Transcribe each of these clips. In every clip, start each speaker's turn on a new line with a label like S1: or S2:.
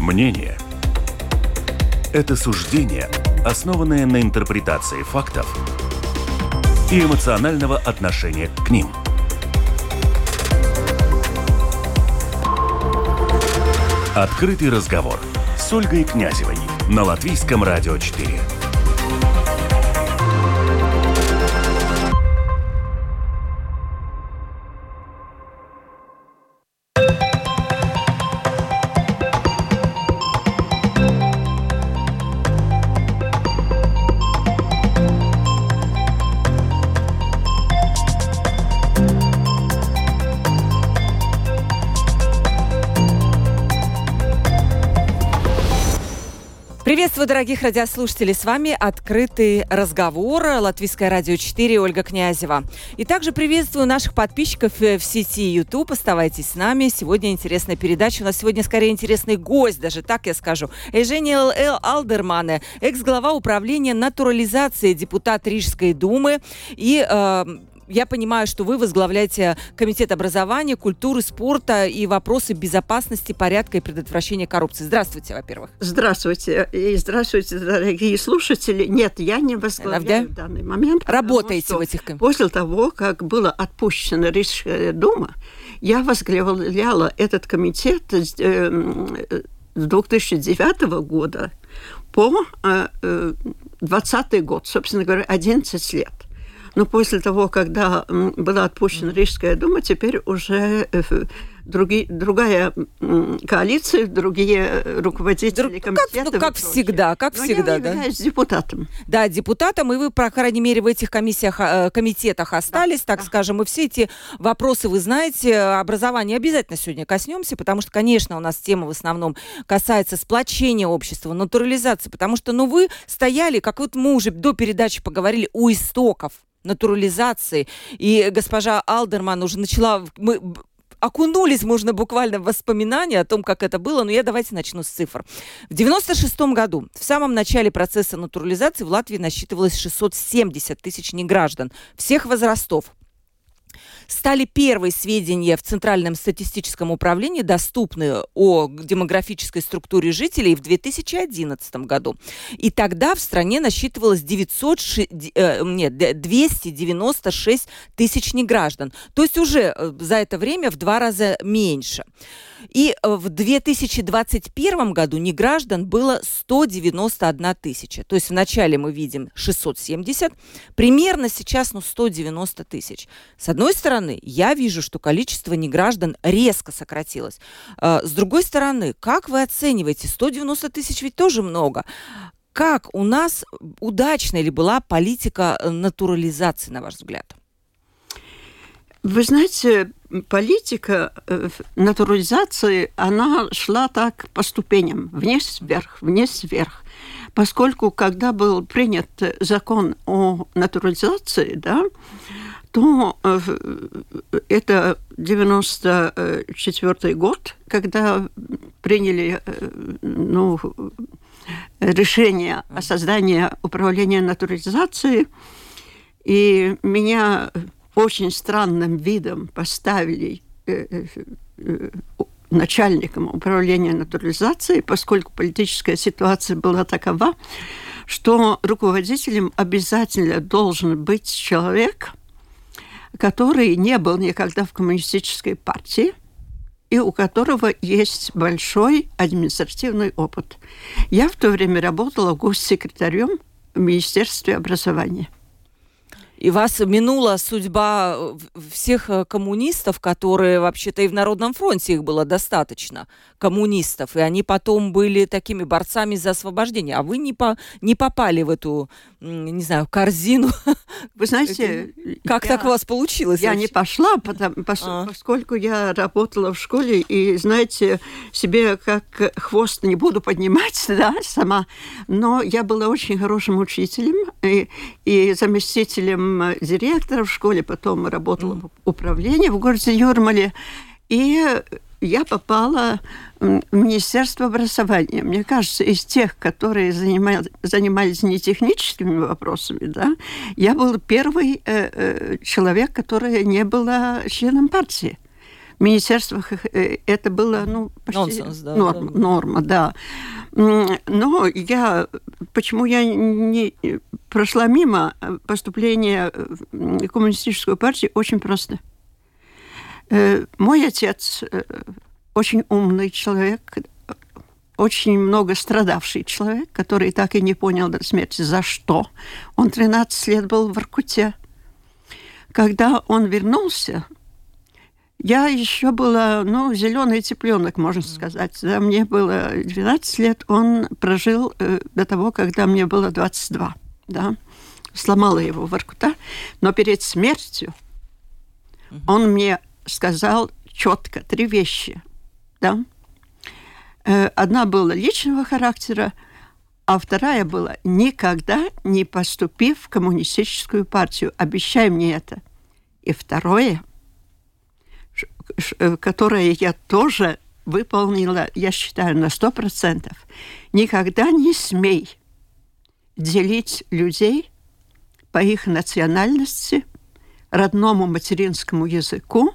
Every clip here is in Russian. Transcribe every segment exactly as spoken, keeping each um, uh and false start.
S1: Мнение – это суждение, основанное на интерпретации фактов и эмоционального отношения к ним. Открытый разговор с Ольгой Князевой на Латвийском радио четыре.
S2: Приветствую, дорогих радиослушателей! С вами «Открытый разговор», Латвийское радио четыре, Ольга Князева. И также приветствую наших подписчиков в сети YouTube. Оставайтесь с нами. Сегодня интересная передача. У нас сегодня, скорее, интересный гость, даже так я скажу. Евжения Л. Алдермане, экс-глава управления натурализации, депутат Рижской думы и... Э, Я понимаю, что вы возглавляете Комитет образования, культуры, спорта и вопросы безопасности, порядка и предотвращения коррупции. Здравствуйте, во-первых.
S3: Здравствуйте. И здравствуйте, дорогие слушатели. Нет, я не возглавляю в данный момент.
S2: Работаете в этих комитетах?
S3: После того, как была отпущена Рижская дума, я возглавляла этот комитет с две тысячи девятого года по двадцатый год, собственно говоря, одиннадцать лет. Но после того, когда была отпущена Рижская дума, теперь уже другие, другая коалиция, другие руководители
S2: Друг,
S3: комитета.
S2: Как, ну, как всегда, как
S3: Но
S2: всегда,
S3: я
S2: да?
S3: являюсь депутатом.
S2: Да, депутатом, и вы, по крайней мере, в этих комиссиях, комитетах остались, да, так
S3: да.
S2: скажем, и все эти вопросы, вы знаете, образования обязательно сегодня коснемся, потому что, конечно, у нас тема в основном касается сплочения общества, натурализации, потому что, ну, вы стояли, как вот мы уже до передачи поговорили, у истоков натурализации, и госпожа Алдерман уже начала... Мы окунулись, можно буквально в воспоминания о том, как это было, но я давайте начну с цифр. В девяносто шестом году, в самом начале процесса натурализации, в Латвии насчитывалось шестьсот семьдесят тысяч неграждан всех возрастов. Стали первые сведения в Центральном статистическом управлении доступны о демографической структуре жителей в две тысячи одиннадцатом году. И тогда в стране насчитывалось девятьсот, э, нет, двести девяносто шесть тысяч неграждан. То есть уже за это время в два раза меньше. И в две тысячи двадцать первом году неграждан было сто девяносто одна тысяча. То есть вначале мы видим шестьсот семьдесят, примерно сейчас ну, сто девяносто тысяч. С одной стороны, я вижу, что количество неграждан резко сократилось. С другой стороны, как вы оцениваете, сто девяносто тысяч ведь тоже много. Как у нас удачной ли была политика натурализации, на ваш взгляд?
S3: Вы знаете, политика натурализации, она шла так по ступеням, вниз-вверх, вниз-вверх. Поскольку, когда был принят закон о натурализации, да, то это девяносто четвёртый год, когда приняли ну, решение о создании управления натурализацией, и меня... очень странным видом поставили э, э, начальником управления натурализацией, поскольку политическая ситуация была такова, что руководителем обязательно должен быть человек, который не был никогда в коммунистической партии и у которого есть большой административный опыт. Я в то время работала госсекретарем в Министерстве образования.
S2: И вас минула судьба всех коммунистов, которые вообще-то и в Народном фронте их было достаточно, коммунистов, и они потом были такими борцами за освобождение. А вы не, по, не попали в эту, не знаю, корзину.
S3: Вы знаете...
S2: Как я, так у вас получилось?
S3: Я
S2: вообще?
S3: не пошла, потому, пос, а. поскольку я работала в школе, и, знаете, себе как хвост не буду поднимать, да, сама, но я была очень хорошим учителем и, и заместителем директора в школе, потом работала mm. в управлении в городе Юрмале, и я попала в Министерство образования. Мне кажется, из тех, которые занимались, занимались не техническими вопросами, да, я был первый э, э, человек, который не был членом партии. министерствах это было, ну, почти
S2: Нонсенс, да,
S3: норма,
S2: да.
S3: норма, да. Но я, почему я не прошла мимо поступления в коммунистическую партию, очень просто. Мой отец очень умный человек, очень много страдавший человек, который так и не понял до смерти, за что. Он тринадцать лет был в Воркуте. Когда он вернулся, я еще была, ну, зеленый цыпленок, можно сказать. Да, мне было двенадцать лет, он прожил э, до того, когда мне было двадцать два. Да. Сломала его в Воркута. Но перед смертью mm-hmm. он мне сказал четко три вещи. Да. Э, одна была личного характера, а вторая была: никогда не поступи в коммунистическую партию. Обещай мне это. И второе, которое я тоже выполнила, я считаю, на сто процентов. Никогда не смей делить людей по их национальности, родному материнскому языку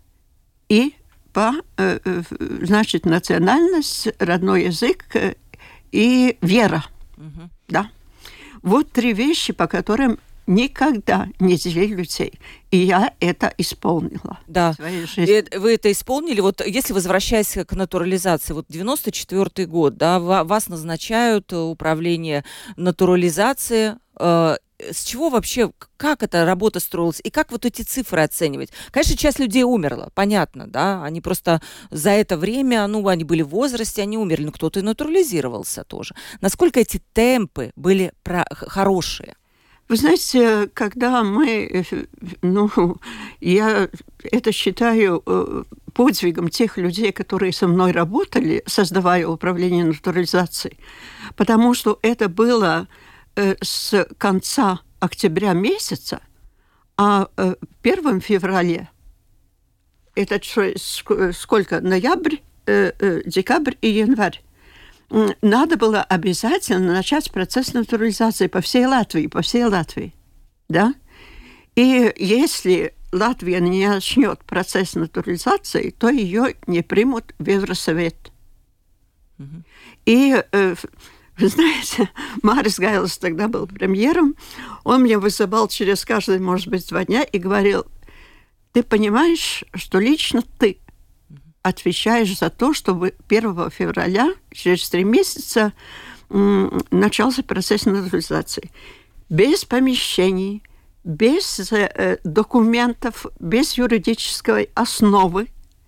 S3: и по, значит, национальность, родной язык и вера. Угу. Да. Вот три вещи, по которым никогда не делили людей. И я это исполнила.
S2: Да. В своей жизни. И вы это исполнили. Вот если возвращаясь к натурализации, вот девяносто четвёртый год, да, вас назначают управление натурализации. Э, с чего вообще, как эта работа строилась? И как вот эти цифры оценивать? Конечно, часть людей умерла, понятно, да, они просто за это время, ну, они были в возрасте, они умерли, но кто-то и натурализировался тоже. Насколько эти темпы были про- хорошие?
S3: Вы знаете, когда мы, ну, я это считаю подвигом тех людей, которые со мной работали, создавая управление натурализацией, потому что это было с конца октября месяца, а первого февраля, это сколько, ноябрь, декабрь и январь, надо было обязательно начать процесс натурализации по всей Латвии, по всей Латвии, да? И если Латвия не начнет процесс натурализации, то ее не примут в Евросовет. Mm-hmm. И, э, вы знаете, Марис Гайлс тогда был премьером, он меня вызывал через каждые, может быть, два дня и говорил: ты понимаешь, что лично ты отвечаешь за то, чтобы первого февраля, через три месяца, м- начался процесс натурализации. Без помещений, без э, документов, без юридической основы,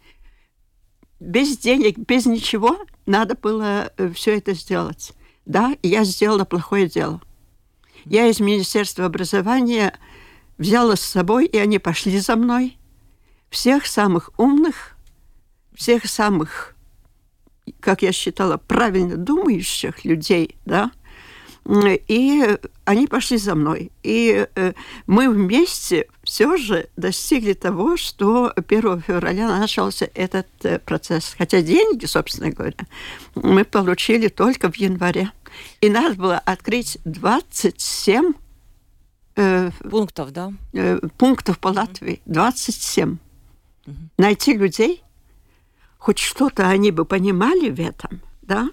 S3: без денег, без ничего надо было э, все это сделать. Да, я сделала плохое дело. Я из Министерства образования взяла с собой, и они пошли за мной, всех самых умных, всех самых, как я считала, правильно думающих людей, да, и они пошли за мной. И мы вместе все же достигли того, что первого февраля начался этот процесс. Хотя деньги, собственно говоря, мы получили только в январе. И надо было открыть двадцать семь э,
S2: пунктов, да?
S3: Э, пунктов по Латвии. двадцать семь. Mm-hmm. Найти людей, хоть что-то они бы понимали в этом, да,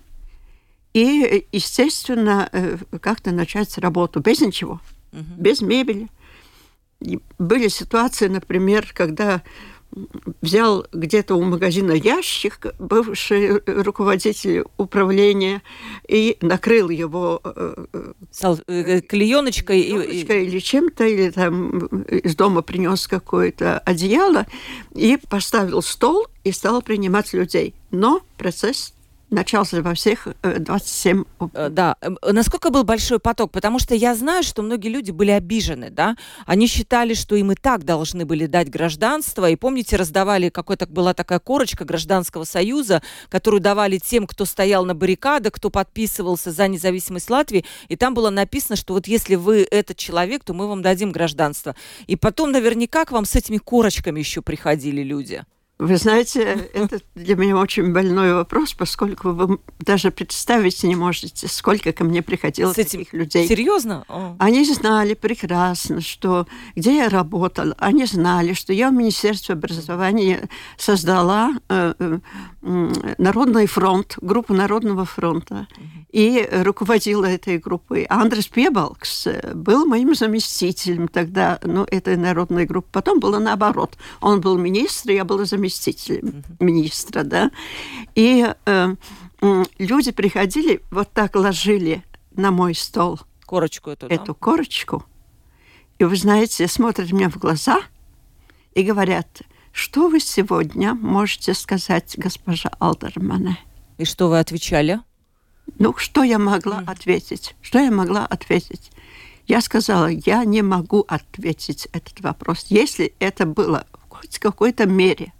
S3: и, естественно, как-то начать работу без ничего, uh-huh. без мебели. И были ситуации, например, когда взял где-то у магазина ящик бывший руководитель управления и накрыл его
S2: Сал- клееночкой,
S3: клееночкой и... или чем-то, или там из дома принес какое-то одеяло и поставил стол и стал принимать людей. Но процесс начался во всех двадцать семь.
S2: Да. Насколько был большой поток? Потому что я знаю, что многие люди были обижены, да? Они считали, что им и так должны были дать гражданство. И помните, раздавали, какой-то была такая корочка Гражданского союза, которую давали тем, кто стоял на баррикадах, кто подписывался за независимость Латвии. И там было написано, что вот если вы этот человек, то мы вам дадим гражданство. И потом наверняка к вам с этими корочками еще приходили люди.
S3: Вы знаете, это для меня очень больной вопрос, поскольку вы даже представить не можете, сколько ко мне приходило таких людей.
S2: Серьезно? О.
S3: Они знали прекрасно, что где я работала. Они знали, что я в Министерстве образования создала э, э, Народный фронт, группу Народного фронта, и руководила этой группой. Андрес Пебалкс был моим заместителем тогда, ну, этой народной группы. Потом было наоборот. Он был министр, я была заместителем заместителем министра, да, и э, э, люди приходили, вот так ложили на мой стол
S2: корочку эту,
S3: эту
S2: да?
S3: корочку, и, вы знаете, смотрят мне в глаза и говорят, что вы сегодня можете сказать, госпожа Алдермане?
S2: И что вы отвечали?
S3: Ну, что я могла mm. ответить? Что я могла ответить? Я сказала, я не могу ответить этот вопрос, если это было хоть в какой-то мере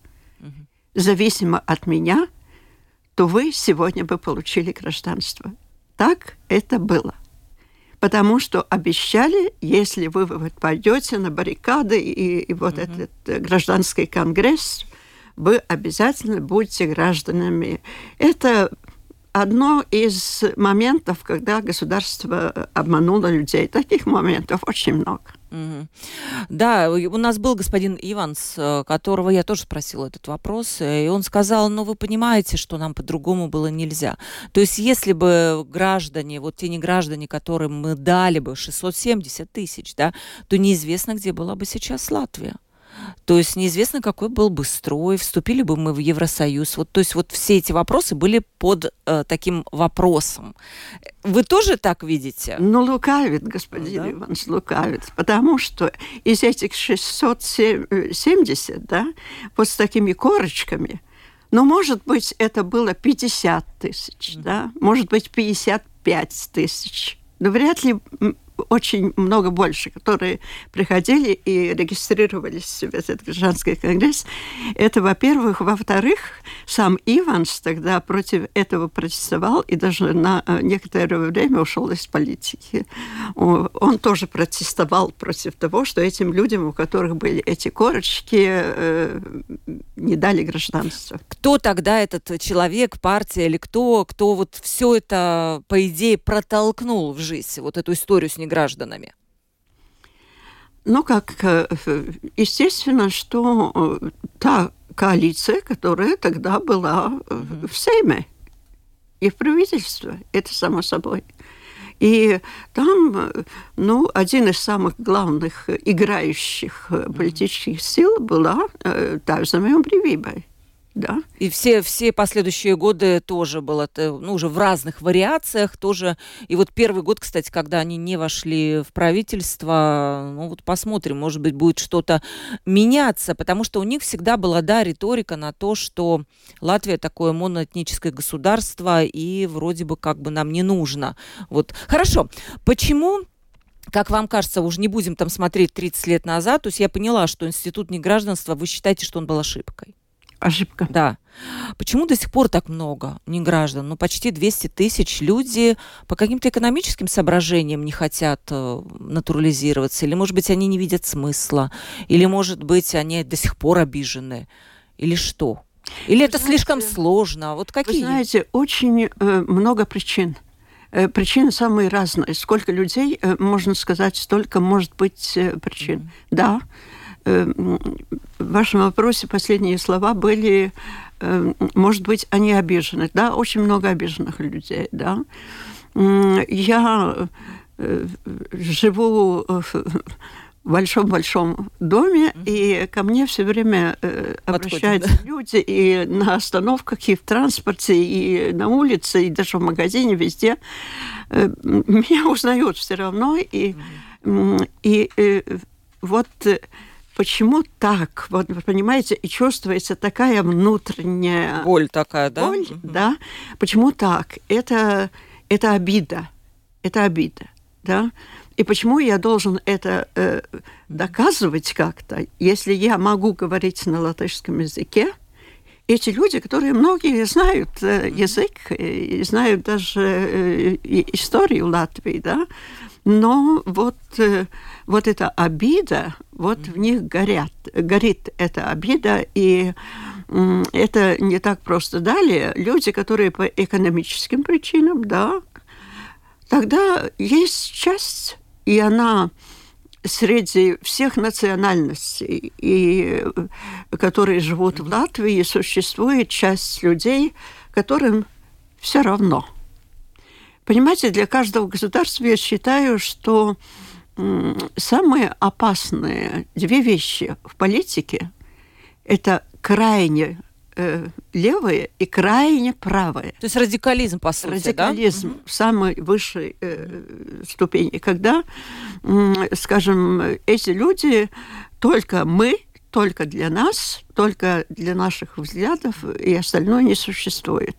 S3: зависимо от меня, то вы сегодня бы получили гражданство. Так это было. Потому что обещали, если вы вот пойдете на баррикады и, и вот mm-hmm. этот гражданский конгресс, вы обязательно будете гражданами. Это одно из моментов, когда государство обмануло людей. Таких моментов очень много.
S2: Mm-hmm. Да, у нас был господин Иванс, которого я тоже спросила этот вопрос, и он сказал, ну, вы понимаете, что нам по-другому было нельзя. То есть, если бы граждане, вот те не граждане, которым мы дали бы шестьсот семьдесят тысяч, да, то неизвестно, где была бы сейчас Латвия. То есть неизвестно, какой был бы строй, вступили бы мы в Евросоюз. Вот, то есть вот все эти вопросы были под э, таким вопросом. Вы тоже так видите?
S3: Ну, лукавит, господин да? Иванс, лукавит. Потому что из этих шестьсот семьдесят, да, вот с такими корочками, ну, может быть, это было пятьдесят тысяч, mm-hmm. да, может быть, пятьдесят пять тысяч. Но вряд ли очень много больше, которые приходили и регистрировались в этот гражданский конгресс. Это, во-первых. Во-вторых, сам Иванс тогда против этого протестовал и даже на некоторое время ушел из политики. Он тоже протестовал против того, что этим людям, у которых были эти корочки, не дали гражданство.
S2: Кто тогда этот человек, партия или кто, кто вот все это, по идее, протолкнул в жизнь, вот эту историю с гражданами?
S3: Ну, как, естественно, что та коалиция, которая тогда была mm-hmm. в Сейме и в правительстве, это само собой. И там, ну, один из самых главных играющих mm-hmm. политических сил была Tautsdemes brīvībai. Да.
S2: И все, все последующие годы тоже было, ну, уже в разных вариациях тоже. И вот первый год, кстати, когда они не вошли в правительство, ну, вот посмотрим, может быть, будет что-то меняться, потому что у них всегда была, да, риторика на то, что Латвия такое моноэтническое государство, и вроде бы как бы нам не нужно. Вот. Хорошо. Почему... Как вам кажется, уже не будем там смотреть тридцать лет назад, то есть я поняла, что институт негражданства, вы считаете, что он был ошибкой?
S3: Ошибка.
S2: Да. Почему до сих пор так много неграждан? Ну, почти двести тысяч. Люди по каким-то экономическим соображениям не хотят э, натурализироваться. Или, может быть, они не видят смысла. Или, может быть, они до сих пор обижены. Или что? Или вы это знаете, слишком сложно? Вот какие?
S3: Вы знаете, очень э, много причин. Э, причины самые разные. Сколько людей, э, можно сказать, столько может быть э, причин. Mm-hmm. Да. В вашем вопросе последние слова были, может быть, они обижены. Да, очень много обиженных людей, да. Я живу в большом-большом доме, mm-hmm. и ко мне все время обращаются Подходит, да? люди и на остановках, и в транспорте, и на улице, и даже в магазине, везде. Меня узнают все равно, и, mm-hmm. и, и вот... Почему так? Вот, вы понимаете, и чувствуется такая внутренняя...
S2: Боль такая, да?
S3: Боль, угу. да. Почему так? Это, это обида. Это обида, да. И почему я должен это э, доказывать как-то, если я могу говорить на латышском языке, эти люди, которые многие знают язык, и знают даже историю Латвии, да, но вот, вот эта обида, вот в них горят, горит эта обида, и это не так просто. Далее люди, которые по экономическим причинам, да, тогда есть часть, и она среди всех национальностей, и, которые живут в Латвии, существует часть людей, которым все равно. Понимаете, для каждого государства я считаю, что м, самые опасные две вещи в политике – это крайне э, левые и крайне правые.
S2: То есть радикализм, по сути,
S3: радикализм,
S2: да?
S3: в самой высшей э, ступени. Когда, э, скажем, эти люди, только мы, только для нас, только для наших взглядов, и остальное не существует.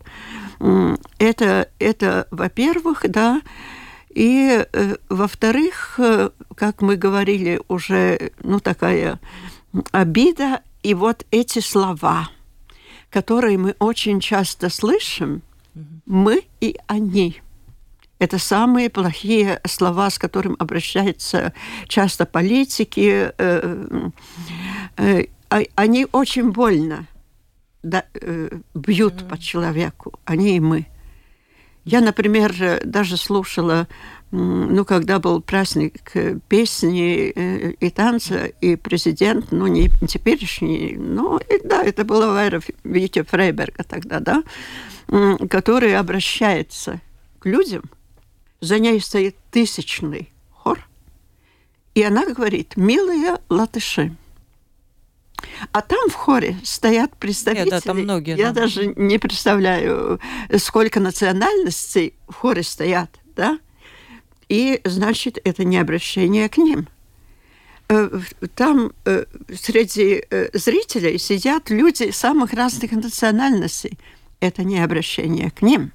S3: Это, это во-первых, да, и э, во-вторых, э, как мы говорили, уже, ну, такая обида, и вот эти слова, которые мы очень часто слышим, мы и они. Это самые плохие слова, с которыми обращаются часто политики. Э, э, э, они очень больно да, э, бьют mm-hmm. по человеку, они и мы. Я, например, даже слушала, ну, когда был праздник песни и танца, и президент, ну, не теперешний, но, и, да, это была Вайра Витя Фрейберга тогда, да, который обращается к людям, за ней стоит тысячный хор, и она говорит: «Милые латыши». А там в хоре стоят представители,
S2: Нет, да, там многие,
S3: я
S2: да.
S3: даже не представляю, сколько национальностей в хоре стоят, да? И, значит, это не обращение к ним. Там среди зрителей сидят люди самых разных национальностей. Это не обращение к ним.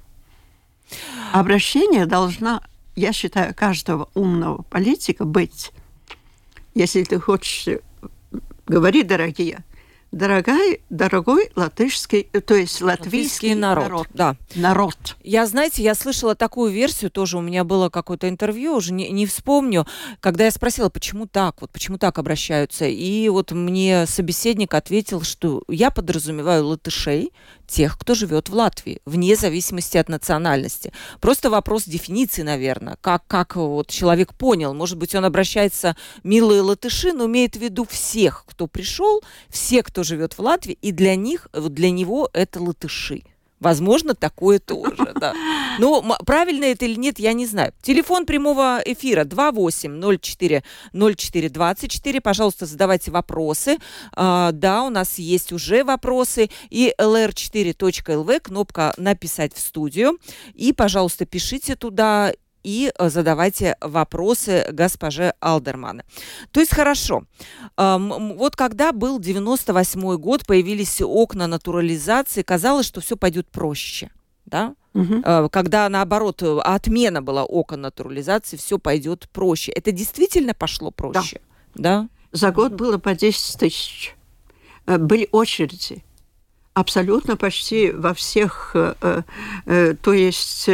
S3: Обращение должна, я считаю, каждого умного политика быть. Если ты хочешь... Говори, дорогие, дорогой, дорогой латышский, то есть латвийский, латвийский народ. народ.
S2: Да.
S3: Народ.
S2: Я, знаете, я слышала такую версию, тоже у меня было какое-то интервью, уже не, не вспомню, когда я спросила, почему так, вот почему так обращаются, и вот мне собеседник ответил, что я подразумеваю латышей, тех, кто живет в Латвии, вне зависимости от национальности. Просто вопрос дефиниции, наверное, как, как вот человек понял. Может быть, он обращается «милые латыши», но имеет в виду всех, кто пришел, все, кто живет в Латвии, и для них, для него это латыши. Возможно, такое тоже, да. Но правильно это или нет, я не знаю. Телефон прямого эфира два восемь ноль четыре ноль четыре двадцать четыре. Пожалуйста, задавайте вопросы. А, да, у нас есть уже вопросы. И эл эр четыре точка эл ви, кнопка «Написать в студию». И, пожалуйста, пишите туда и задавайте вопросы госпоже Алдерман. То есть хорошо. Вот когда был девяносто восьмой год, появились окна натурализации, казалось, что все пойдет проще. Да? Угу. Когда, наоборот, отмена была окон натурализации, все пойдет проще. Это действительно пошло проще? Да. Да?
S3: За год было по десять тысяч. Были очереди. Абсолютно почти во всех, то есть...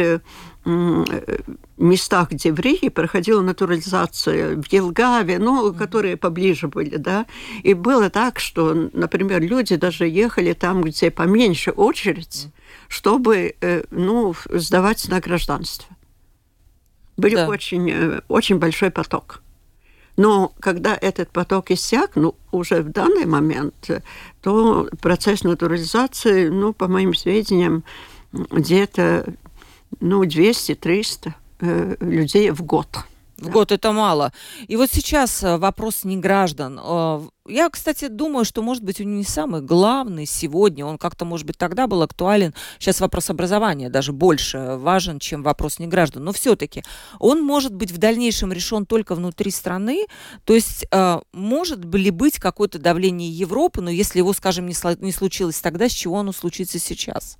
S3: местах, где в Риге проходила натурализация, в Елгаве, ну, mm-hmm. которые поближе были, да, и было так, что, например, люди даже ехали там, где поменьше очередь, mm-hmm. чтобы, ну, сдавать на гражданство. Был да. очень, очень большой поток. Но когда этот поток иссяк, ну, уже в данный момент, то процесс натурализации, ну, по моим сведениям, где-то, ну, двести-триста людей в год.
S2: В год это мало. И вот сейчас вопрос неграждан. Я, кстати, думаю, что, может быть, он не самый главный сегодня. Он как-то, может быть, тогда был актуален. Сейчас вопрос образования даже больше важен, чем вопрос неграждан. Но все-таки он может быть в дальнейшем решен только внутри страны. То есть может ли быть какое-то давление Европы, но если его, скажем, не случилось тогда, с чего оно случится сейчас?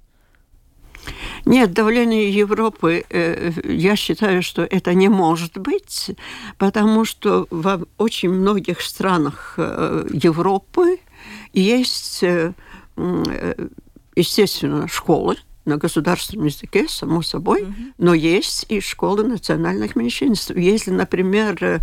S3: Нет, давление Европы, э, я считаю, что это не может быть, потому что в очень многих странах э, Европы есть э, э, естественно, школы на государственном языке, само собой, mm-hmm. но есть и школы национальных меньшинств. Если, например,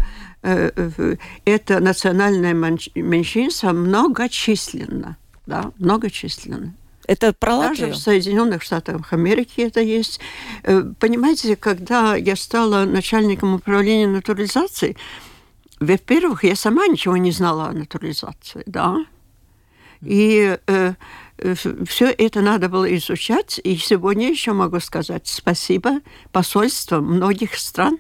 S3: это национальное меньшинство многочисленно, да, многочисленно.
S2: Это про Латвию?
S3: Даже в Соединенных Штатах Америки это есть. Понимаете, когда я стала начальником управления натурализацией, во-первых, я сама ничего не знала о натурализации, да, и э, все это надо было изучать. И сегодня еще могу сказать спасибо посольствам многих стран,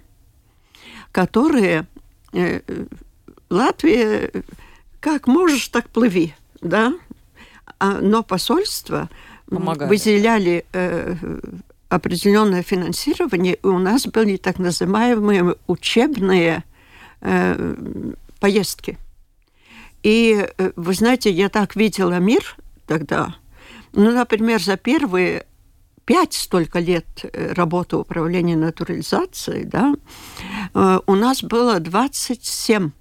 S3: которые э, Латвия, как можешь, так плыви, да. Но посольства помогали. Выделяли э, определенное финансирование, и у нас были так называемые учебные э, поездки. И, вы знаете, я так видела мир тогда. Ну, например, за первые пять столько лет работы управления натурализацией, да, у нас было двадцать семь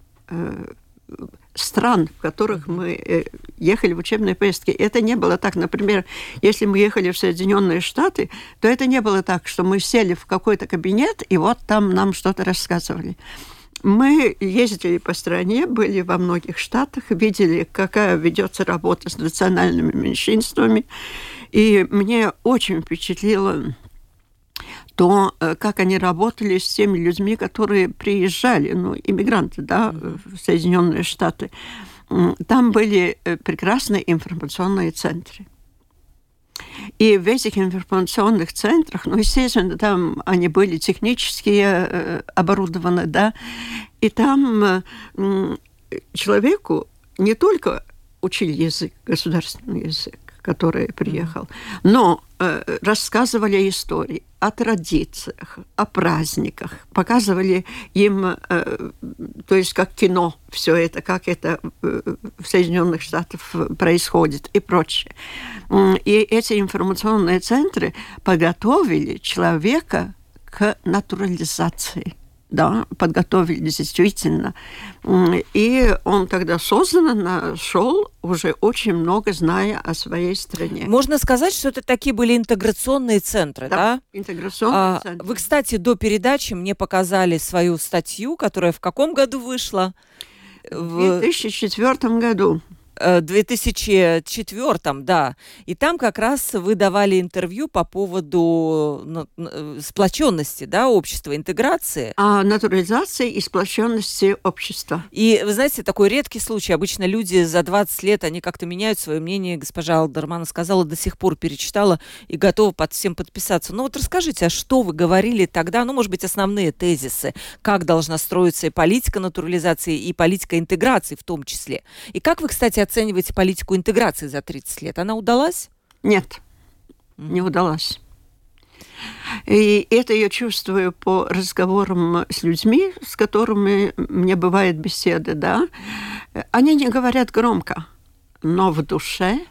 S3: стран, в которых мы ехали в учебные поездки. Это не было так. Например, если мы ехали в Соединенные Штаты, то это не было так, что мы сели в какой-то кабинет, и вот там нам что-то рассказывали. Мы ездили по стране, были во многих штатах, видели, какая ведется работа с национальными меньшинствами. И мне очень впечатлило то, как они работали с теми людьми, которые приезжали, ну, иммигранты, да, в Соединенные Штаты. Там были прекрасные информационные центры. И в этих информационных центрах, ну, естественно, там они были технически э, оборудованы, да, и там э, человеку не только учили язык, государственный язык, который приехал, но э, рассказывали истории о традициях, о праздниках, показывали им, э, то есть как кино, все это, как это э, в Соединенных Штатах происходит и прочее. И эти информационные центры подготовили человека к натурализации. Да, подготовили действительно. И он тогда осознанно шел, уже очень много зная о своей стране.
S2: Можно сказать, что это такие были интеграционные центры, да? Да,
S3: интеграционные
S2: а,
S3: центры.
S2: Вы, кстати, до передачи мне показали свою статью, которая в каком году вышла?
S3: В две тысячи четвёртом году.
S2: В две тысячи четвёртом, да. И там как раз вы давали интервью по поводу ну, сплоченности, да, общества, интеграции.
S3: А натурализации и сплоченности общества.
S2: И, вы знаете, такой редкий случай. Обычно люди за двадцать лет, они как-то меняют свое мнение. Госпожа Алдерман сказала, до сих пор перечитала и готова под всем подписаться. Ну вот расскажите, а что вы говорили тогда? Ну, может быть, основные тезисы. Как должна строиться и политика натурализации, и политика интеграции в том числе. И как вы, кстати, оцениваете политику интеграции за тридцать лет? Она удалась?
S3: Нет, mm-hmm. не удалась. И это я чувствую по разговорам с людьми, с которыми мне бывают беседы, да. Они не говорят громко, но в душе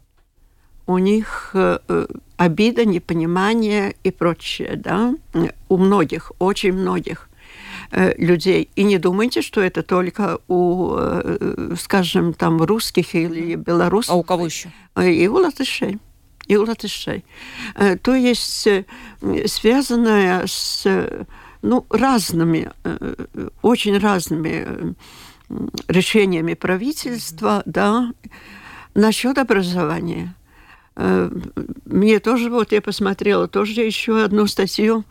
S3: у них обида, непонимание и прочее, да. У многих, очень многих людей. И не думайте, что это только у, скажем, там, русских или белорусов.
S2: А у кого еще?
S3: И у латышей. И у латышей. То есть связанное с, ну, разными, очень разными решениями правительства, да, насчет образования. Мне тоже, вот я посмотрела тоже еще одну статью,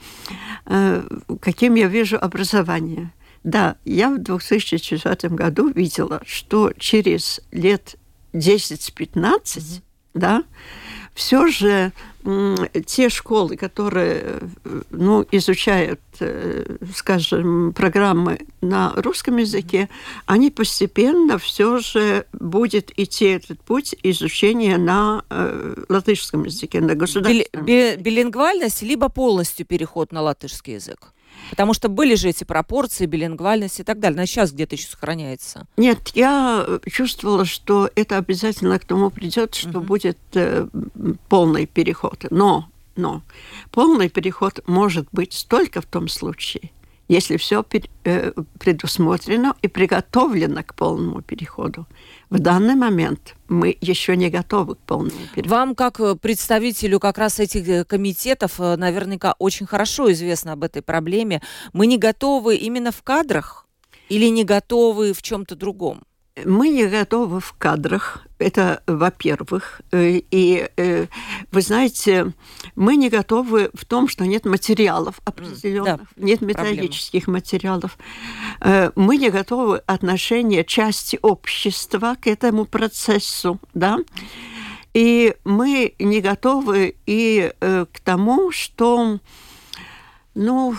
S3: каким я вижу образование. Да, я в две тысячи четвёртом году видела, что через лет десять-пятнадцать, mm-hmm. да, все же те школы, которые, ну, изучают, скажем, программы на русском языке, они постепенно все же будет идти этот путь изучения на э, латышском языке, на государственном
S2: Били, языке. Билингвальность, либо полностью переход на латышский язык? Потому что были же эти пропорции, билингвальность и так далее. Она сейчас где-то еще сохраняется.
S3: Нет, я чувствовала, что это обязательно к тому придет, что uh-huh. будет э, полный переход. Но, но полный переход может быть только в том случае, если все предусмотрено и приготовлено к полному переходу. В данный момент мы еще не готовы к полному переходу.
S2: Вам, как представителю как раз этих комитетов, наверняка очень хорошо известно об этой проблеме. Мы не готовы именно в кадрах или не готовы в чем-то другом?
S3: Мы не готовы в кадрах, это во-первых. И, вы знаете, мы не готовы в том, что нет материалов определенных, да, нет методических проблема. материалов. Мы не готовы отношения части общества к этому процессу, да. И мы не готовы и к тому, что, ну...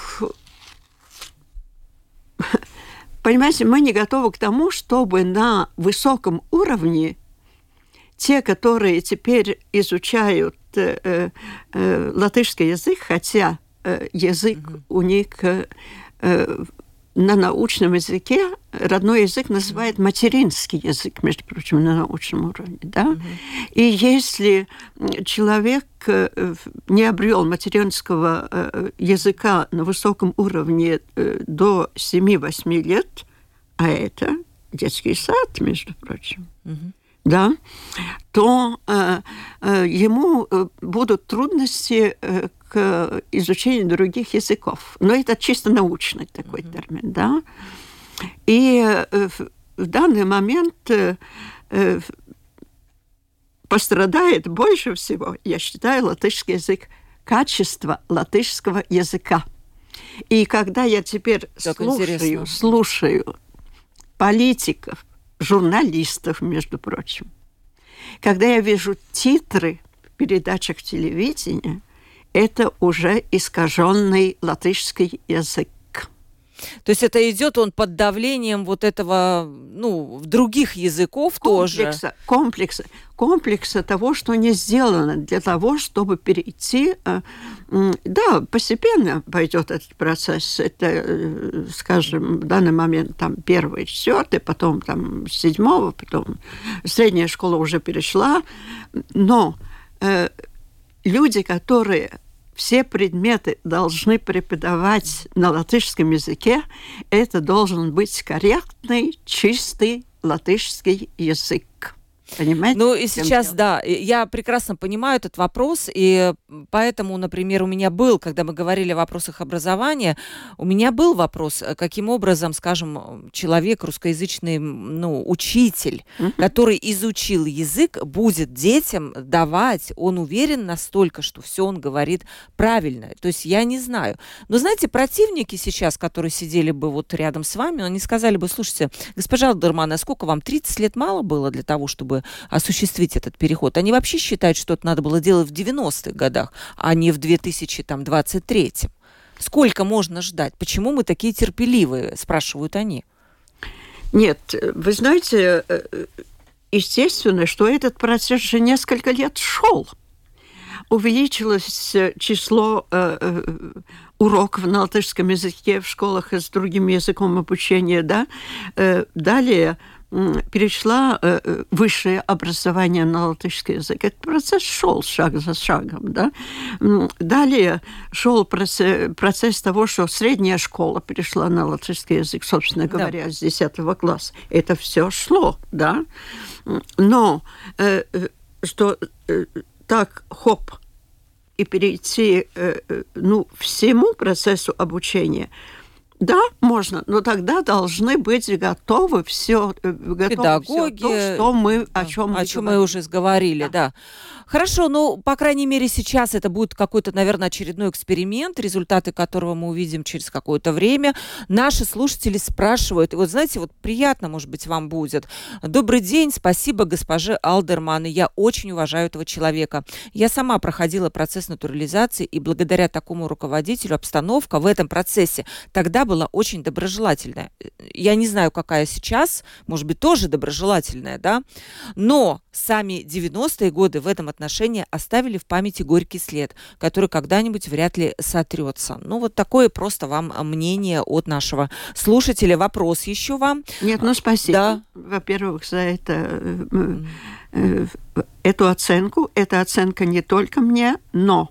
S3: Понимаете, мы не готовы к тому, чтобы на высоком уровне те, которые теперь изучают э, э, латышский язык, хотя э, язык mm-hmm. у них э, на научном языке, родной язык называют материнский язык, между прочим, на научном уровне. Да? Mm-hmm. И если человек э, не обрел материнского э, языка на высоком уровне э, до семи-восьми лет, а это детский сад, между прочим, mm-hmm. да, то э, э, ему будут трудности э, к изучению других языков. Но это чисто научный такой mm-hmm. термин, да. И э, в данный момент э, э, пострадает больше всего, я считаю, латышский язык, качество латышского языка. И когда я теперь так слушаю, интересно. слушаю политиков, журналистов, между прочим, когда я вижу титры в передачах телевидения, это уже искаженный латышский язык.
S2: То есть это идет он под давлением вот этого, ну, других языков комплекса, тоже?
S3: Комплекса. Комплекса того, что не сделано для того, чтобы перейти... Да, постепенно пойдет этот процесс. Это, скажем, в данный момент там первый, четвертый, потом там седьмого, потом средняя школа уже перешла. Но э, люди, которые... все предметы должны преподавать на латышском языке, это должен быть корректный, чистый латышский язык. Понимаете?
S2: Ну и сейчас, да, я прекрасно понимаю этот вопрос, и поэтому, например, у меня был, когда мы говорили о вопросах образования, у меня был вопрос, каким образом, скажем, человек, русскоязычный, ну, учитель, uh-huh. который изучил язык, будет детям давать, он уверен настолько, что все он говорит правильно. То есть я не знаю. Но, знаете, противники сейчас, которые сидели бы вот рядом с вами, они сказали бы: слушайте, госпожа Алдерман, а сколько вам, тридцать лет мало было для того, чтобы осуществить этот переход? Они вообще считают, что это надо было делать в девяностых годах, а не в две тысячи двадцать третьем. Сколько можно ждать? Почему мы такие терпеливые, спрашивают они.
S3: Нет, вы знаете, естественно, что этот процесс же несколько лет шел. Увеличилось число э, уроков на латышском языке в школах с другим языком обучения, да. Э, далее перешла э, высшее образование на латышский язык. Этот процесс шел шаг за шагом, да. Далее шел процесс, процесс того, что средняя школа перешла на латышский язык, собственно говоря, да. с десятого класса. Это все шло, да. Но э, что э, так, хоп, и перейти э, ну, всему процессу обучения, да, можно, но тогда должны быть готовы все, готовы
S2: педагоги,
S3: все то, что мы, о чем
S2: о чем мы уже говорили, да. да. Хорошо, ну, по крайней мере, сейчас это будет какой-то, наверное, очередной эксперимент, результаты которого мы увидим через какое-то время. Наши слушатели спрашивают, и вот, знаете, вот приятно, может быть, вам будет. Добрый день, спасибо госпоже Алдерман, я очень уважаю этого человека. Я сама проходила процесс натурализации, и благодаря такому руководителю обстановка в этом процессе тогда была очень доброжелательная. Я не знаю, какая сейчас, может быть, тоже доброжелательная, да, но сами девяностые годы в этом отношении оставили в памяти горький след, который когда-нибудь вряд ли сотрется. Ну, вот такое просто вам мнение от нашего слушателя. Вопрос еще вам?
S3: Нет, ну, спасибо.
S2: Да.
S3: Во-первых, за это, эту оценку. Эта оценка не только мне, но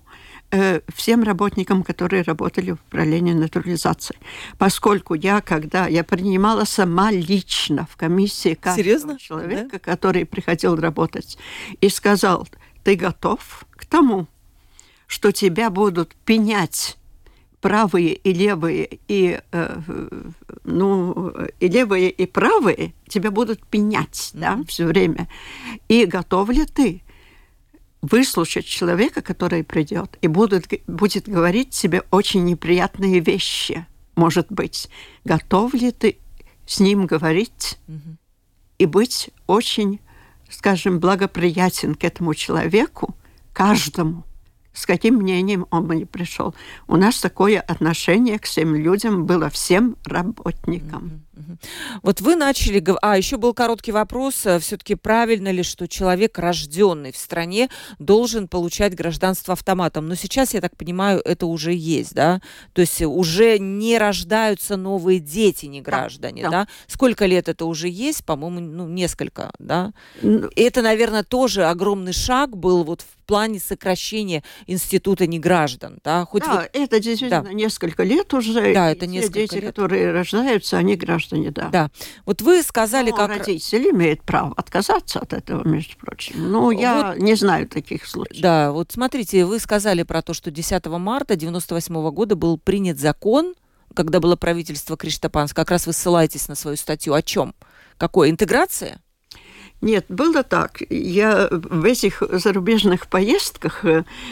S3: э, всем работникам, которые работали в управлении натурализации. Поскольку я, когда я принимала сама лично в комиссии каждого
S2: Серьезно?
S3: человека,
S2: Да?
S3: который приходил работать, и сказал, ты готов к тому, что тебя будут пенять правые и левые, и, э, ну, и левые, и правые, тебя будут пенять, mm-hmm. да, все время. И готов ли ты выслушать человека, который придет, и будет, будет говорить тебе очень неприятные вещи, может быть? Готов ли ты с ним говорить mm-hmm. и быть очень, скажем, благоприятен к этому человеку, каждому? С каким мнением он бы не пришел. У нас такое отношение к всем людям было, всем работникам.
S2: Mm-hmm. Mm-hmm. Вот вы начали... А, еще был короткий вопрос. Все-таки правильно ли, что человек, рожденный в стране, должен получать гражданство автоматом? Но сейчас, я так понимаю, это уже есть, да? То есть уже не рождаются новые дети, не граждане, да?
S3: да?
S2: да? Сколько лет это уже есть? По-моему, ну, несколько, да? И это, наверное, тоже огромный шаг был вот в плане сокращения института неграждан, да? Хоть
S3: да,
S2: вот...
S3: это действительно
S2: да.
S3: несколько лет уже.
S2: Да, это
S3: те
S2: несколько
S3: дети,
S2: лет.
S3: которые рождаются, они граждане, да.
S2: Да. Вот вы сказали,
S3: Но
S2: как...
S3: родители имеют право отказаться от этого, между прочим. Ну, я вот, не знаю таких случаев.
S2: Да, вот смотрите, вы сказали про то, что десятого марта девяносто восьмого года был принят закон, когда было правительство Криштопанс. Как раз вы ссылаетесь на свою статью. О чем? Какой? Интеграция?
S3: Нет, было так. Я в этих зарубежных поездках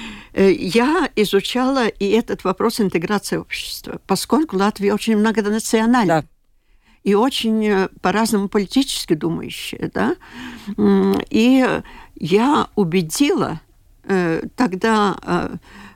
S3: я изучала и этот вопрос интеграции общества, поскольку Латвия очень многонациональна. Да. И очень по-разному политически думающая. Да? И я убедила тогда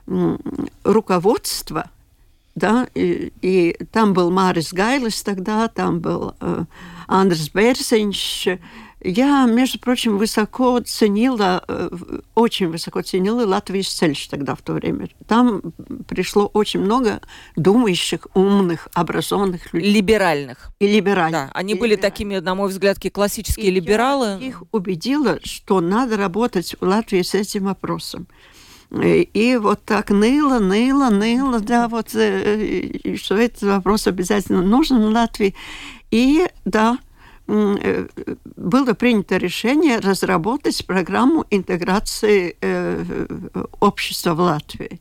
S3: руководство, да, и, и там был Марис Гайлис тогда, там был Андрес Берсенч. Я, между прочим, высоко ценила, очень высоко ценила Латвийс Цельш тогда, в то время. Там пришло очень много думающих, умных, образованных людей.
S2: Либеральных.
S3: И либеральных.
S2: Да, они
S3: и
S2: были
S3: либеральных.
S2: такими, на мой взгляд, такие классические
S3: и
S2: либералы.
S3: Я их убедила, что надо работать в Латвии с этим вопросом. И, и вот так ныло, ныло, ныло, да, вот, что этот вопрос обязательно нужен в Латвии. И, да, было принято решение разработать программу интеграции э, общества в Латвии.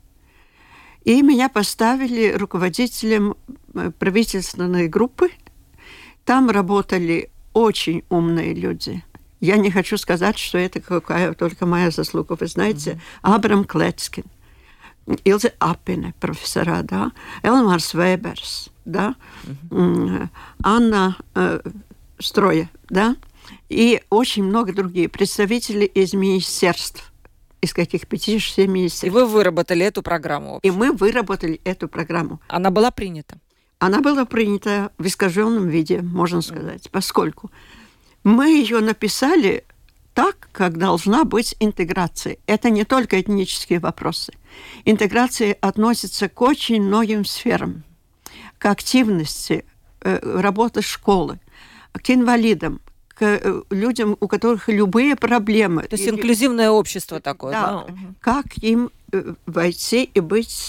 S3: И меня поставили руководителем правительственной группы. Там работали очень умные люди. Я не хочу сказать, что это какая только моя заслуга. Вы знаете, mm-hmm. Абрам Клецкин, Илзе Апине, профессора, да, Элмарс Веберс, да, mm-hmm. Анна... Э, Строя, да, и очень много других представителей из министерств, из каких пяти-шести министерств.
S2: И вы выработали эту программу?
S3: И мы выработали эту программу.
S2: Она была принята?
S3: Она была принята в искаженном виде, можно сказать, mm. поскольку мы ее написали так, как должна быть интеграция. Это не только этнические вопросы. Интеграция относится к очень многим сферам, к активности, э, работы школы, к инвалидам, к людям, у которых любые проблемы.
S2: То есть инклюзивное общество такое,
S3: да?
S2: Да.
S3: Как им войти и быть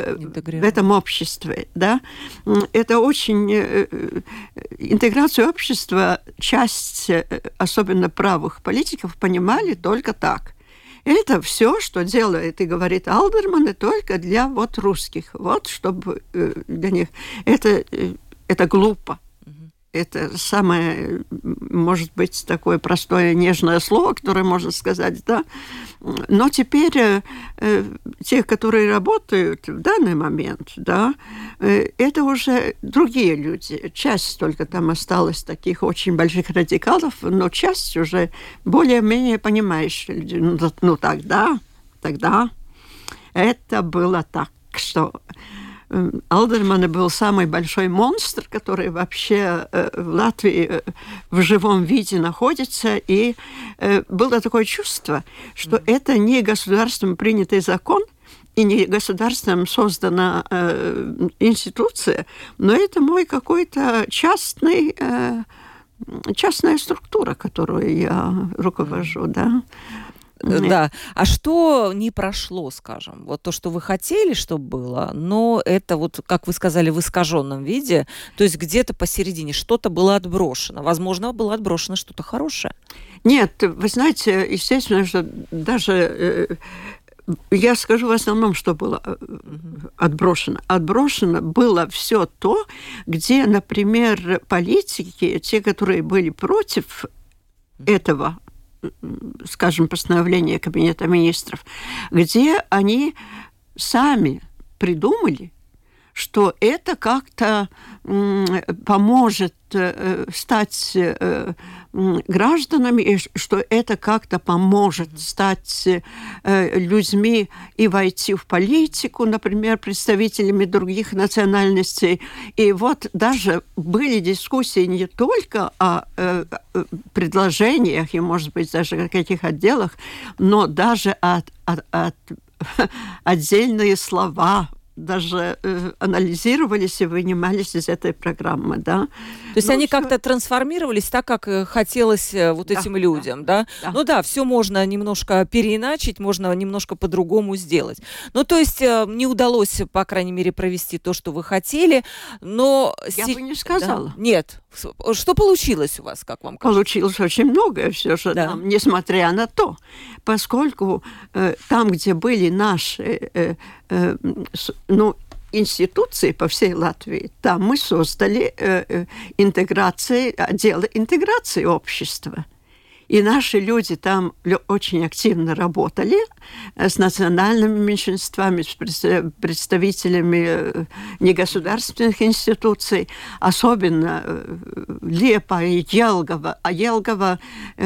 S3: в этом обществе, да? Это очень... Интеграцию общества часть, особенно правых политиков, понимали только так. Это все, что делает и говорит Алдерман, и только для вот русских. Вот, чтобы для них... Это, это глупо. Это самое, может быть, такое простое, нежное слово, которое можно сказать, да. Но теперь э, те, которые работают в данный момент, да, э, это уже другие люди. Часть только там осталась таких очень больших радикалов, но часть уже более-менее понимающие люди. Ну, ну тогда, тогда это было так, что... Алдерман был самый большой монстр, который вообще в Латвии в живом виде находится. И было такое чувство, что mm. это не государством принятый закон и не государством создана э, институция, но это мой какой-то частный, э, частная структура, которую я руковожу, mm. да. Нет.
S2: Да. А что не прошло, скажем? Вот то, что вы хотели, чтобы было, но это вот, как вы сказали, в искаженном виде, то есть где-то посередине что-то было отброшено. Возможно, было отброшено что-то хорошее.
S3: Нет, вы знаете, естественно, что даже... Я скажу в основном, что было отброшено. Отброшено было все то, где, например, политики, те, которые были против этого, скажем, постановления Кабинета министров, где они сами придумали, что это как-то поможет стать гражданами, и что это как-то поможет стать людьми и войти в политику, например, представителями других национальностей. И вот даже были дискуссии не только о предложениях и, может быть, даже о каких отделах, но даже о, о, о отдельные слова даже э, анализировались и вынимались из этой программы, да.
S2: То есть
S3: ну,
S2: они
S3: всё...
S2: как-то трансформировались так, как хотелось вот да, этим людям, да?
S3: Да, да?
S2: Ну да, все можно немножко переиначить, можно немножко по-другому сделать. Ну то есть э, не удалось, по крайней мере, провести то, что вы хотели, но...
S3: Я
S2: си...
S3: бы не сказала.
S2: Да? Нет. Что получилось у вас, как вам кажется?
S3: Получилось очень многое все же, да. там, несмотря на то, поскольку э, там, где были наши э, э, с, ну, институции по всей Латвии, там мы создали э, э, интеграции, отделы интеграции общества. И наши люди там очень активно работали с национальными меньшинствами, с представителями негосударственных институций, особенно Лепа и Елгова. А Елгова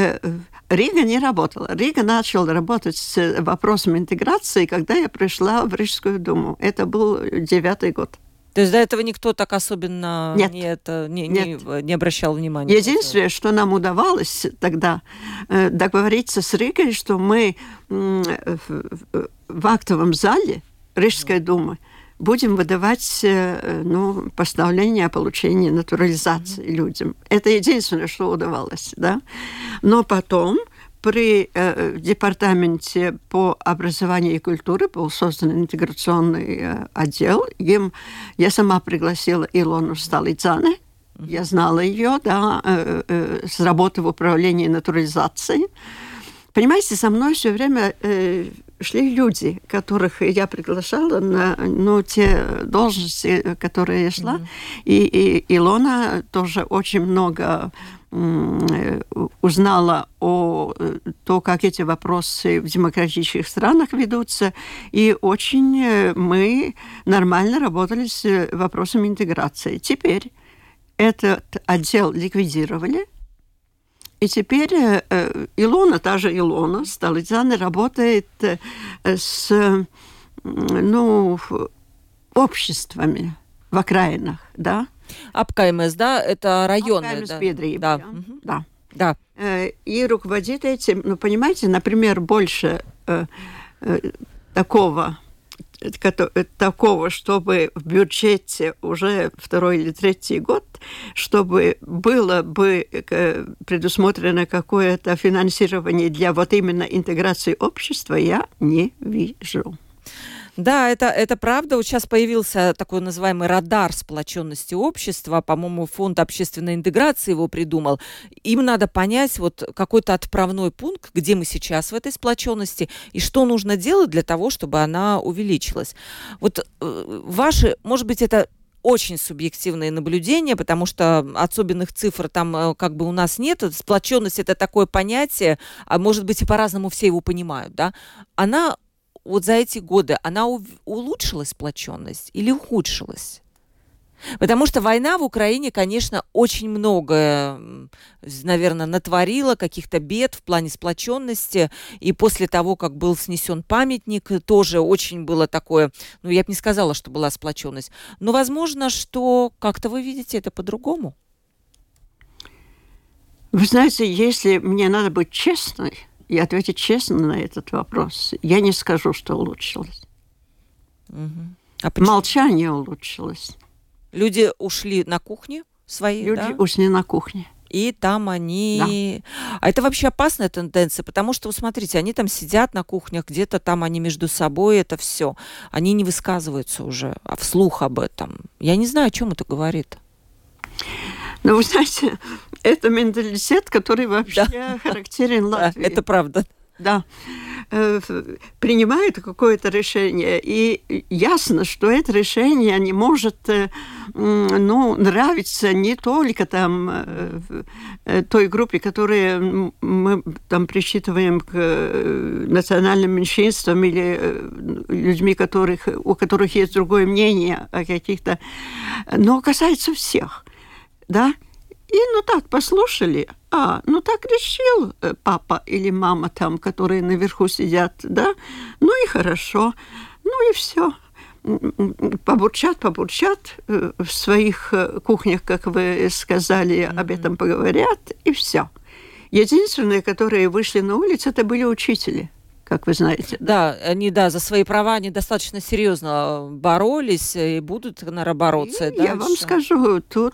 S3: Рига не работала. Рига начала работать с вопросом интеграции, когда я пришла в Рижскую думу. Это был девятый год.
S2: То есть до этого никто так особенно
S3: Нет.
S2: Не, это, не,
S3: Нет.
S2: Не, не обращал внимания?
S3: Единственное, что нам удавалось тогда, э, договориться с Ригой, что мы э, в, в актовом зале Рижской думы будем выдавать э, ну, постановление о получении натурализации mm-hmm. людям. Это единственное, что удавалось. Да? Но потом при э, департаменте по образованию и культуре был создан интеграционный э, отдел. Им я сама пригласила Илону Сталидзане. Mm-hmm. Я знала ее, да, э, э, с работы в управлении натурализацией. Понимаете, со мной все время э, шли люди, которых я приглашала на ну, те должности, которые я шла. Mm-hmm. И, и Илона тоже очень много узнала о том, как эти вопросы в демократических странах ведутся, и очень мы нормально работали с вопросами интеграции. Теперь этот отдел ликвидировали, и теперь Илона, та же Илона Сталидзане, работает с ну, обществами в окраинах, да?
S2: Апкаймес, да, это районы.
S3: Да. Бедрии,
S2: да.
S3: да.
S2: Угу.
S3: Да.
S2: Да.
S3: И руководит этим, ну, понимаете, например, больше э, э, такого, э, такого, чтобы в бюджете уже второй или третий год, чтобы было бы э, предусмотрено какое-то финансирование для вот именно интеграции общества, я не вижу.
S2: Да, это, это правда. Вот сейчас появился такой называемый радар сплоченности общества. По-моему, фонд общественной интеграции его придумал. Им надо понять вот какой-то отправной пункт, где мы сейчас в этой сплоченности, и что нужно делать для того, чтобы она увеличилась. Вот э, ваши, может быть, это очень субъективные наблюдения, потому что особенных цифр там как бы у нас нет. Сплоченность – это такое понятие, а может быть и по-разному все его понимают, да? Она вот за эти годы, она улучшилась, сплоченность, или ухудшилась? Потому что война в Украине, конечно, очень многое, наверное, натворила, каких-то бед в плане сплоченности. И после того, как был снесен памятник, тоже очень было такое, ну, я бы не сказала, что была сплоченность. Но, возможно, что как-то вы видите это по-другому.
S3: Вы знаете, если мне надо быть честной, и ответить честно на этот вопрос, я не скажу, что улучшилось.
S2: Угу. А почему?
S3: Молчание улучшилось.
S2: Люди ушли на кухню свои,
S3: Люди
S2: да?
S3: ушли на кухню.
S2: И там они... Да. А это вообще опасная тенденция, потому что, вы смотрите, они там сидят на кухнях, где-то там они между собой, это все. Они не высказываются уже а вслух об этом. Я не знаю, о чем это говорит.
S3: Ну, вы знаете, это менталитет, который вообще
S2: да.
S3: характерен Латвии.
S2: Да, это правда.
S3: Да. Принимают какое-то решение, и ясно, что это решение не может ну, нравиться не только там той группе, которую мы там причитываем к национальным меньшинствам или людьми, которых, у которых есть другое мнение о каких-то... Но касается всех, да? И, ну, так, послушали, а, ну, так решил папа или мама там, которые наверху сидят, да, ну, и хорошо, ну, и все. Побурчат, побурчат в своих кухнях, как вы сказали, mm-hmm. об этом поговорят, и все. Единственные, которые вышли на улицу, это были учители, как вы знаете.
S2: Да, они, да, за свои права они достаточно серьезно боролись и будут, наверное, бороться.
S3: И я вам скажу, тут...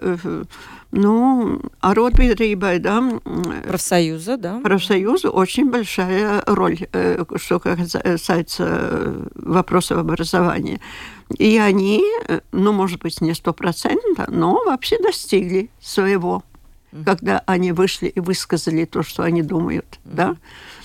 S3: Ну, аротбидрībai, да.
S2: Профсоюза, да.
S3: Профсоюзу очень большая роль, что касается вопросов образования. И они, ну, может быть, не стопроцентно, но вообще достигли своего, mm-hmm. когда они вышли и высказали то, что они думают, mm-hmm. да.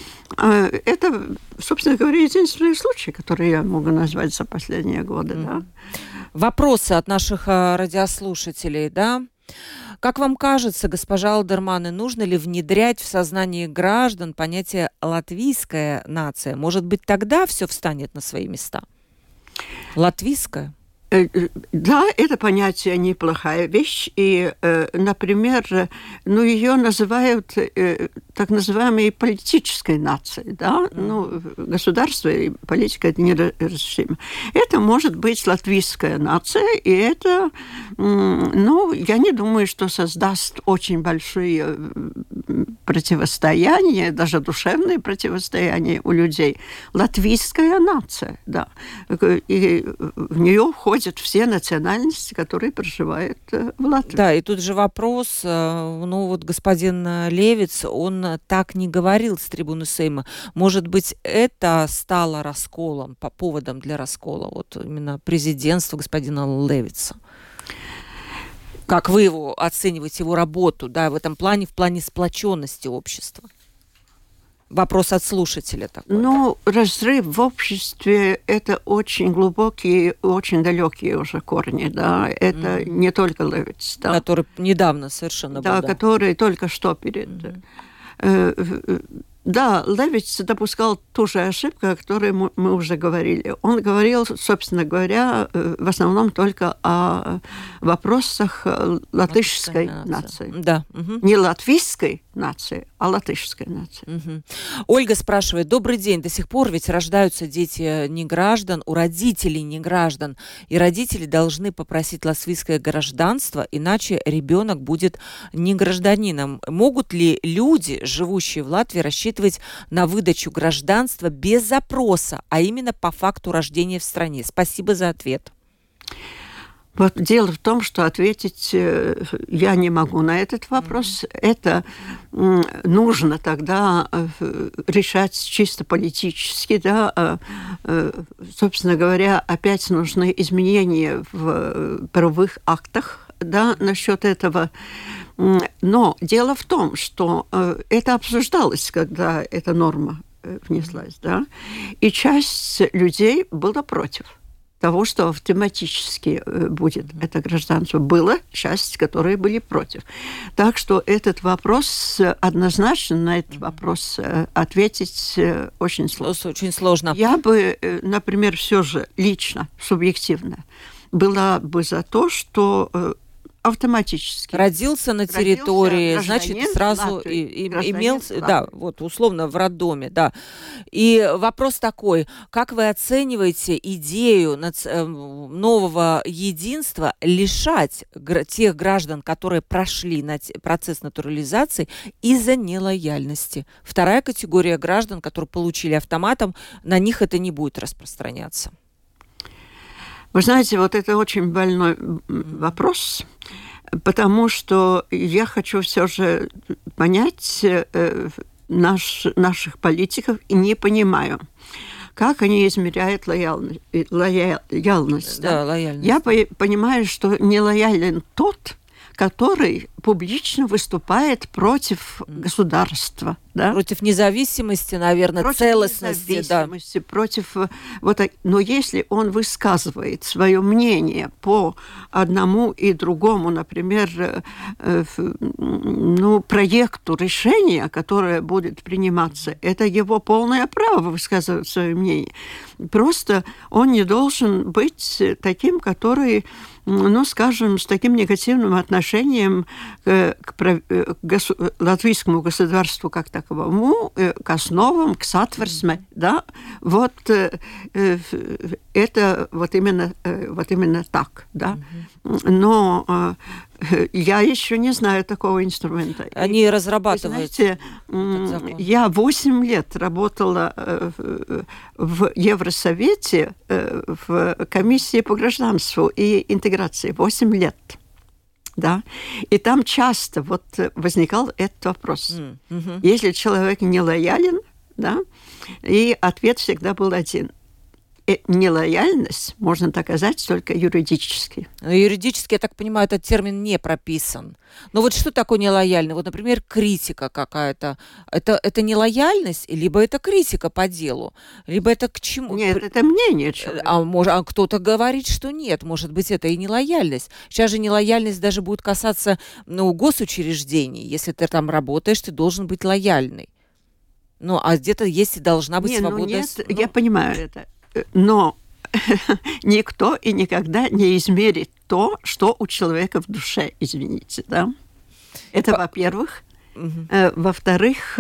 S3: Это, собственно говоря, единственный случай, который я могу назвать за последние годы, mm-hmm. да.
S2: Вопросы от наших радиослушателей, да. Как вам кажется, госпожа Алдермане, нужно ли внедрять в сознание граждан понятие «латвийская нация»? Может быть, тогда все встанет на свои места? Латвийская?
S3: Да, это понятие неплохая вещь. И, например, ну, ее называют так называемой политической нацией. Да? Ну, государство и политика – это неразрешимо. Это может быть латвийская нация, и это, ну, я не думаю, что создаст очень большие противостояния, даже душевные противостояния у людей. Латвийская нация, да. И в нее входят все национальности, которые проживают в Латвии.
S2: Да, и тут же вопрос, ну вот господин Левиц, он так не говорил с трибуны Сейма. Может быть, это стало расколом, по поводам для раскола, вот именно президентства господина Левица? Как вы его оцениваете, его работу, да, в этом плане, в плане сплоченности общества? Вопрос от слушателя такой.
S3: Ну, разрыв в обществе – это очень глубокие, очень далекие уже корни, да. Это mm-hmm. не только Левиц, да.
S2: Который недавно совершенно
S3: да,
S2: был. Да,
S3: который только что перед... Mm-hmm. Да, Левиц допускал ту же ошибку, о которой мы уже говорили. Он говорил, собственно говоря, в основном только о вопросах латышской нации.
S2: Да. Угу.
S3: Не латвийской нации, а латышской нации.
S2: Угу. Ольга спрашивает: добрый день, до сих пор ведь рождаются дети неграждан, у родителей неграждан, и родители должны попросить латвийское гражданство, иначе ребенок будет не гражданином. Могут ли люди, живущие в Латвии, рассчитывать на выдачу гражданства без запроса, а именно по факту рождения в стране? Спасибо за ответ.
S3: Вот дело в том, что ответить я не могу на этот вопрос. Mm-hmm. Это нужно тогда решать чисто политически, да. Собственно говоря, опять нужны изменения в правовых актах, да, насчет этого. Но дело в том, что это обсуждалось, когда эта норма внеслась, да, и часть людей была против того, что автоматически будет это гражданство. Была часть, которые были против. Так что этот вопрос, однозначно на этот вопрос ответить очень сложно.
S2: Очень сложно.
S3: Я бы, например, все же лично, субъективно, была бы за то, что автоматически.
S2: Родился на территории, значит, сразу и, и, имел, да, вот, условно, в роддоме, да. И вопрос такой: как вы оцениваете идею нового единства лишать тех граждан, которые прошли процесс натурализации из-за нелояльности? Вторая категория граждан, которые получили автоматом, на них это не будет распространяться.
S3: Вы знаете, вот это очень больной вопрос. потому что я хочу все же понять э, наш, наших политиков и не понимаю, как они измеряют лояльность. лояльность
S2: да,
S3: да?
S2: лояльность.
S3: Я по- понимаю, что нелоялен тот, который публично выступает против государства. Да?
S2: Против независимости, наверное,
S3: против
S2: целостности.
S3: Независимости, да. против... Вот, но если он высказывает свое мнение по одному и другому, например, ну, проекту решения, которое будет приниматься, это его полное право высказывать свое мнение. Просто он не должен быть таким, который, ну, скажем, с таким негативным отношением к, к, к госу, латвийскому государству как таковому, к основам, к сатверсме, mm-hmm. да, вот э, э, это вот именно, э, вот именно так, да. Mm-hmm. Но э, я еще не знаю такого инструмента.
S2: Они
S3: и,
S2: разрабатывают.
S3: Знаете, э, я восемь лет работала э, в Евросовете, э, в комиссии по гражданству и интеграции. Восемь лет. Да? И там часто вот возникал этот вопрос. Mm-hmm. Если человек не лоялен, да, и ответ всегда был один. И нелояльность можно доказать только юридически.
S2: Но юридически, я так понимаю, этот термин не прописан. Но вот что такое нелояльно? Вот, например, критика какая-то. Это, это нелояльность, либо это критика по делу, либо это к чему?
S3: Нет, это мнение человека.
S2: А, может, а кто-то говорит, что нет. Может быть, это и нелояльность. Сейчас же нелояльность даже будет касаться, ну, госучреждений. Если ты там работаешь, ты должен быть лояльный. Ну, а где-то есть и должна быть
S3: не,
S2: свобода.
S3: Ну нет,
S2: ну...
S3: я понимаю это. Но никто и никогда не измерит то, что у человека в душе, извините, да? Это, По... во-первых. Угу. Во-вторых,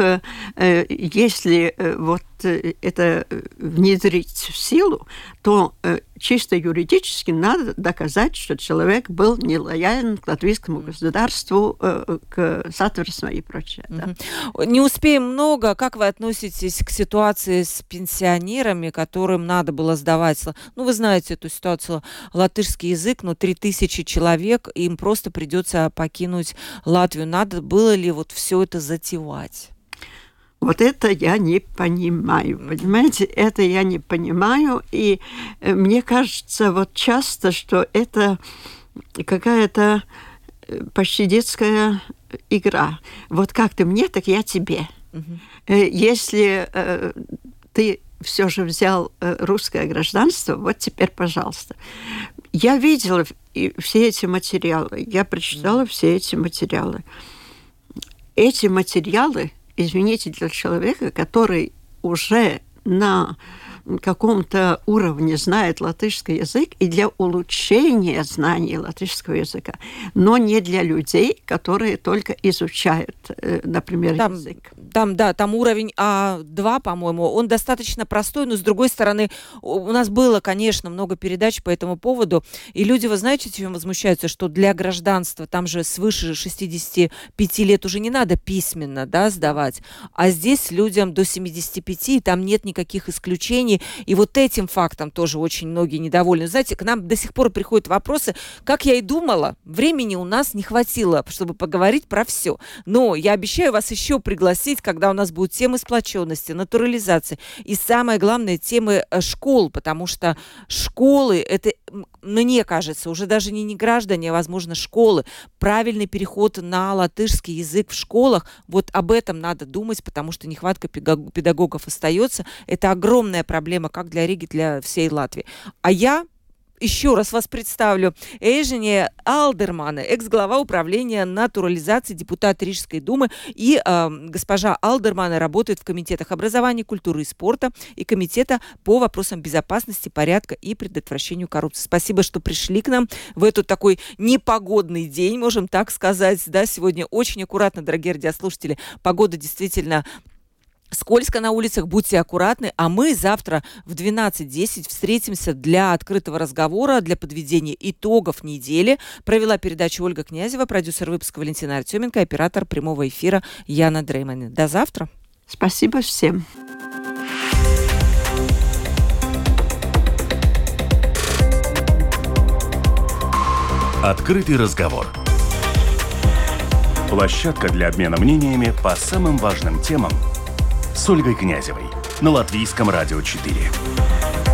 S3: если вот это внедрить в силу, то чисто юридически надо доказать, что человек был нелоялен к латвийскому государству, к сатверсу и прочее.
S2: Угу.
S3: Да.
S2: Не успеем много. Как вы относитесь к ситуации с пенсионерами, которым надо было сдавать? Ну, вы знаете эту ситуацию. Латышский язык, но три тысячи человек, им просто придется покинуть Латвию. Надо было ли вот все это затевать?
S3: Вот это я не понимаю, понимаете? Это я не понимаю, и мне кажется вот часто, что это какая-то почти детская игра. Вот как ты мне, так я тебе. Uh-huh. Если э, ты все же взял русское гражданство, вот теперь, пожалуйста. Я видела все эти материалы, я прочитала uh-huh. все эти материалы. Эти материалы, извините, для человека, который уже на каком-то уровне знает латышский язык, и для улучшения знаний латышского языка, но не для людей, которые только изучают, например,
S2: там,
S3: язык.
S2: Там, да, там уровень а два, по-моему, он достаточно простой, но, с другой стороны, у нас было, конечно, много передач по этому поводу, и люди, вы знаете, чем возмущаются, что для гражданства там же свыше шестидесяти пяти лет уже не надо письменно, да, сдавать, а здесь людям до семидесяти пяти, там нет никаких исключений. И вот этим фактом тоже очень многие недовольны. Знаете, к нам до сих пор приходят вопросы, как я и думала, времени у нас не хватило, чтобы поговорить про все. Но я обещаю вас еще пригласить, когда у нас будут темы сплоченности, натурализации и, самое главное, темы школ, потому что школы, это, мне кажется, уже даже не, не граждане, а, возможно, школы, правильный переход на латышский язык в школах, вот об этом надо думать, потому что нехватка педагогов остается. Это огромная проблема. Проблема как для Риги, для всей Латвии. А я еще раз вас представлю. Эжения Алдермана, экс-глава управления натурализации, депутат Рижской думы. И э, госпожа Алдермана работает в комитетах образования, культуры и спорта и комитета по вопросам безопасности, порядка и предотвращению коррупции. Спасибо, что пришли к нам в этот такой непогодный день, можем так сказать. Да, сегодня очень аккуратно, дорогие радиослушатели. Погода действительно... Скользко на улицах, будьте аккуратны, а мы завтра в двенадцать десять встретимся для открытого разговора, для подведения итогов недели. Провела передачу Ольга Князева, продюсер выпуска Валентина Артеменко, оператор прямого эфира Яна Дрейман. До завтра.
S3: Спасибо всем.
S1: Открытый разговор. Площадка для обмена мнениями по самым важным темам с Ольгой Князевой на Латвийском радио четыре.